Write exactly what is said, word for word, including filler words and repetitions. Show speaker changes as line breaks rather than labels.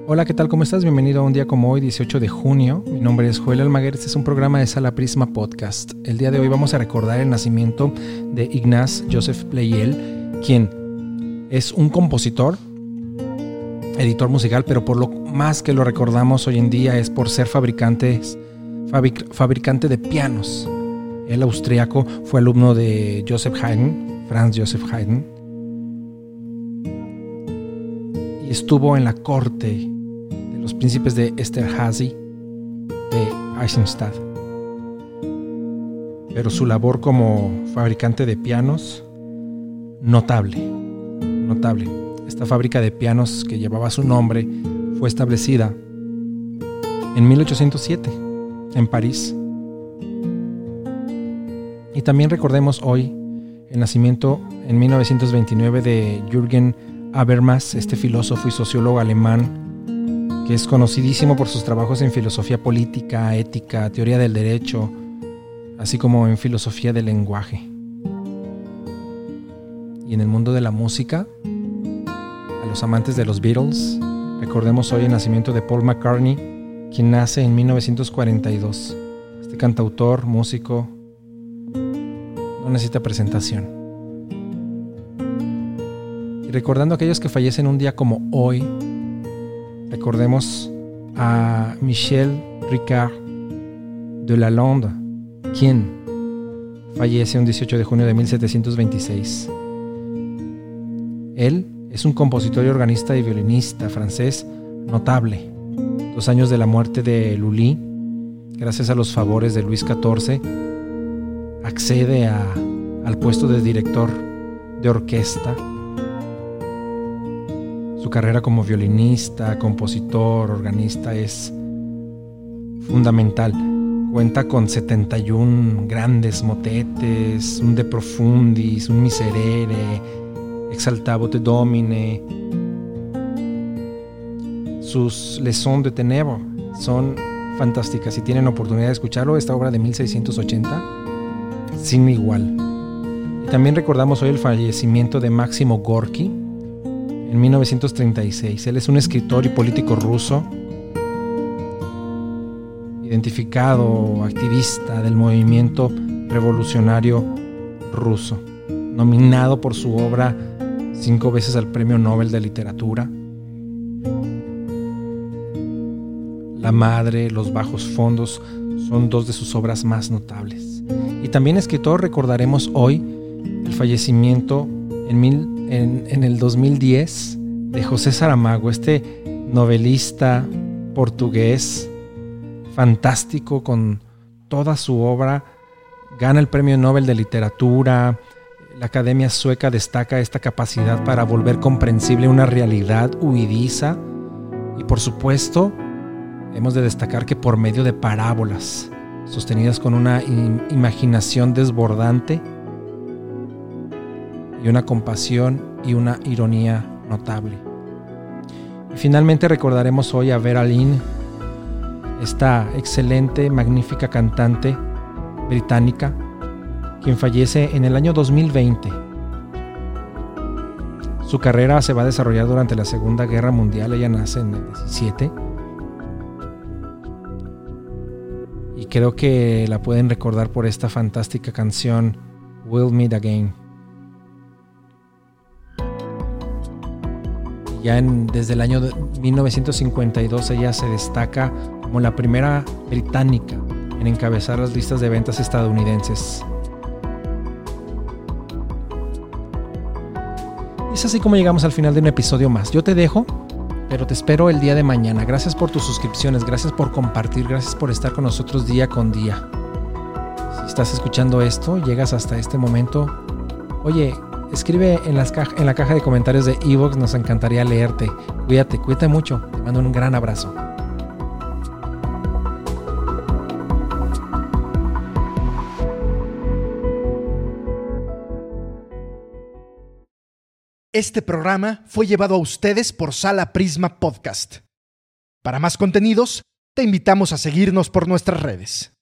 Hola, ¿qué tal? ¿Cómo estás? Bienvenido a un día como hoy, dieciocho de junio. Mi nombre es Joel Almaguer, este es un programa de Sala Prisma Podcast. El día de hoy vamos a recordar el nacimiento de Ignaz Joseph Pleyel, quien es un compositor, editor musical, pero por lo más que lo recordamos hoy en día es por ser fabricante, fabric, fabricante de pianos. El austriaco fue alumno de Joseph Haydn, Franz Joseph Haydn, y estuvo en la corte de los príncipes de Esterházy de Eisenstadt. Pero su labor como fabricante de pianos, notable, notable. Esta fábrica de pianos que llevaba su nombre fue establecida en mil ochocientos siete en París. Y también recordemos hoy el nacimiento en mil novecientos veintinueve de Jürgen Habermas, este filósofo y sociólogo alemán que es conocidísimo por sus trabajos en filosofía política, ética, teoría del derecho, así como en filosofía del lenguaje. Y en el mundo de la música, a los amantes de los Beatles, recordemos hoy el nacimiento de Paul McCartney, quien nace en mil novecientos cuarenta y dos. Este cantautor, músico, no necesita presentación. Y recordando a aquellos que fallecen un día como hoy, recordemos a Michel Ricard de Lalande, quien fallece un dieciocho de junio de mil setecientos veintiséis. Él es un compositor y organista y violinista francés notable. Dos años de la muerte de Lully, gracias a los favores de Luis catorce, accede a, al puesto de director de orquesta. Su carrera como violinista, compositor, organista es fundamental. Cuenta con setenta y un grandes motetes, un De Profundis, un Miserere, Exaltabo te Domine. Sus Leçons de Ténèbres son fantásticas. Si tienen oportunidad de escucharlo, esta obra de mil seiscientos ochenta, sin igual. Y también recordamos hoy el fallecimiento de Máximo Gorki en mil novecientos treinta y seis. Él es un escritor y político ruso, identificado, activista del movimiento revolucionario ruso, nominado por su obra cinco veces al Premio Nobel de Literatura. La Madre, Los Bajos Fondos son dos de sus obras más notables. Y también escritor, recordaremos hoy el fallecimiento en, mil, en, en el dos mil diez de José Saramago, este novelista portugués fantástico con toda su obra. Gana el Premio Nobel de Literatura. La Academia Sueca destaca esta capacidad para volver comprensible una realidad huidiza. Y por supuesto, hemos de destacar que por medio de parábolas sostenidas con una imaginación desbordante y una compasión y una ironía notable. Y finalmente recordaremos hoy a Vera Lynn, esta excelente, magnífica cantante británica, quien fallece en el año dos mil veinte. Su carrera se va a desarrollar durante la Segunda Guerra Mundial. Ella nace en el diecisiete. Y creo que la pueden recordar por esta fantástica canción We'll Meet Again. Ya en, desde el año mil novecientos cincuenta y dos ella se destaca como la primera británica en encabezar las listas de ventas estadounidenses. Es así como llegamos al final de un episodio más. Yo te dejo, pero te espero el día de mañana. Gracias por tus suscripciones, gracias por compartir, gracias por estar con nosotros día con día. Si estás escuchando esto, llegas hasta este momento, oye, escribe en, las ca- en la caja de comentarios de iVoox, nos encantaría leerte. Cuídate, cuídate mucho. Te mando un gran abrazo.
Este programa fue llevado a ustedes por Sala Prisma Podcast. Para más contenidos, te invitamos a seguirnos por nuestras redes.